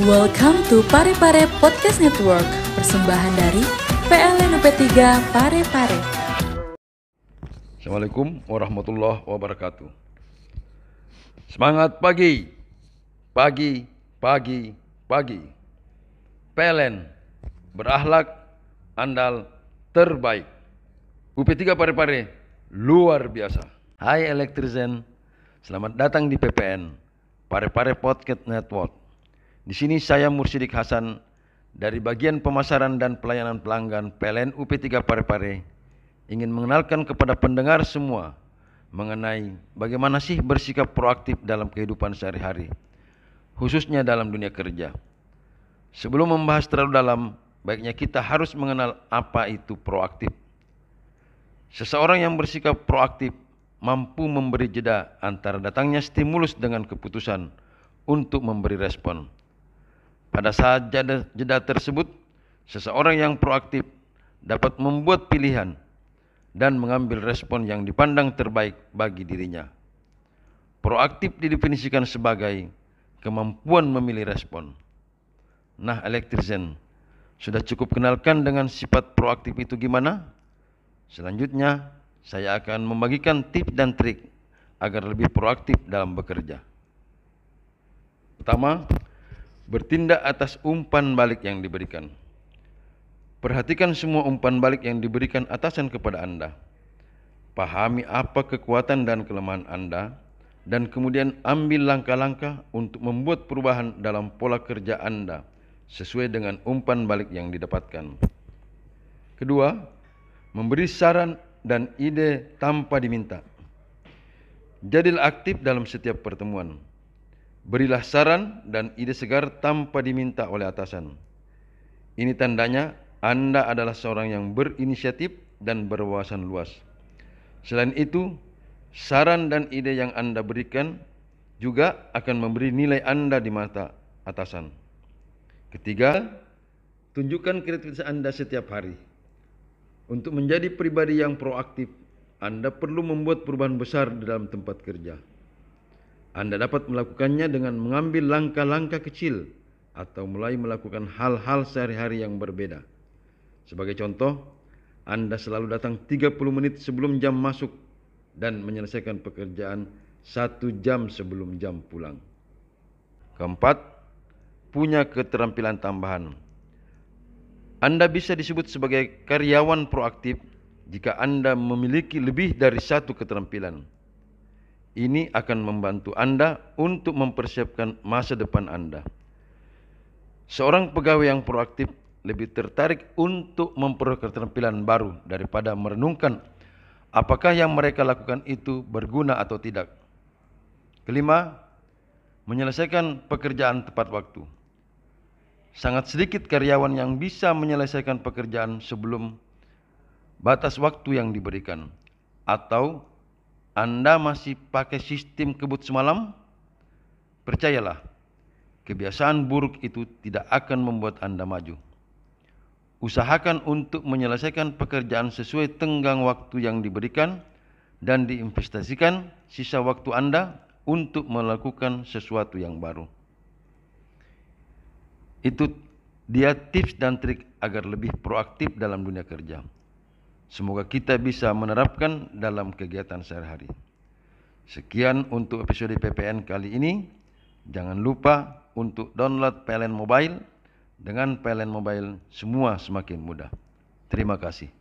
Welcome to Pare-Pare Podcast Network, persembahan dari PLN UP3 Pare-Pare. Assalamualaikum warahmatullahi wabarakatuh. Semangat pagi, pagi, pagi, pagi. PLN, berakhlak, andal, terbaik. UP3 Pare-Pare, luar biasa. Hai Elektrizen, selamat datang di PPN, Pare-Pare Podcast Network. Di sini saya Mursidik Hasan dari bagian pemasaran dan pelayanan pelanggan PLN UP3 Pare-Pare ingin mengenalkan kepada pendengar semua mengenai bagaimana sih bersikap proaktif dalam kehidupan sehari-hari, khususnya dalam dunia kerja. Sebelum membahas terlalu dalam, baiknya kita harus mengenal apa itu proaktif. Seseorang yang bersikap proaktif mampu memberi jeda antara datangnya stimulus dengan keputusan untuk memberi respon. Pada saat jeda tersebut, seseorang yang proaktif dapat membuat pilihan dan mengambil respon yang dipandang terbaik bagi dirinya. Proaktif didefinisikan sebagai kemampuan memilih respon. Nah, Elektrizen, sudah cukup kenalkan dengan sifat proaktif itu gimana? Selanjutnya, saya akan membagikan tips dan trik agar lebih proaktif dalam bekerja. Pertama, bertindak atas umpan balik yang diberikan. Perhatikan semua umpan balik yang diberikan atasan kepada Anda. Pahami apa kekuatan dan kelemahan Anda, dan kemudian ambil langkah-langkah untuk membuat perubahan dalam pola kerja Anda sesuai dengan umpan balik yang didapatkan. Kedua, memberi saran dan ide tanpa diminta. Jadilah aktif dalam setiap pertemuan. Berilah saran dan ide segar tanpa diminta oleh atasan. Ini tandanya Anda adalah seorang yang berinisiatif dan berwawasan luas. Selain itu, saran dan ide yang Anda berikan juga akan memberi nilai Anda di mata atasan. Ketiga, tunjukkan kreativitas Anda setiap hari. Untuk menjadi pribadi yang proaktif, Anda perlu membuat perubahan besar di dalam tempat kerja. Anda dapat melakukannya dengan mengambil langkah-langkah kecil atau mulai melakukan hal-hal sehari-hari yang berbeda. Sebagai contoh, Anda selalu datang 30 menit sebelum jam masuk dan menyelesaikan pekerjaan 1 jam sebelum jam pulang. Keempat, punya keterampilan tambahan. Anda bisa disebut sebagai karyawan proaktif jika Anda memiliki lebih dari satu keterampilan. Ini akan membantu Anda untuk mempersiapkan masa depan Anda. Seorang pegawai yang proaktif lebih tertarik untuk memperoleh keterampilan baru daripada merenungkan apakah yang mereka lakukan itu berguna atau tidak. Kelima, menyelesaikan pekerjaan tepat waktu. Sangat sedikit karyawan yang bisa menyelesaikan pekerjaan sebelum batas waktu yang diberikan. Atau Anda masih pakai sistem kebut semalam? Percayalah, kebiasaan buruk itu tidak akan membuat Anda maju. Usahakan untuk menyelesaikan pekerjaan sesuai tenggang waktu yang diberikan dan diinvestasikan sisa waktu Anda untuk melakukan sesuatu yang baru. Itu dia tips dan trik agar lebih proaktif dalam dunia kerja. Semoga kita bisa menerapkan dalam kegiatan sehari-hari. Sekian untuk episode PPN kali ini. Jangan lupa untuk download PLN Mobile. Dengan PLN Mobile semua semakin mudah. Terima kasih.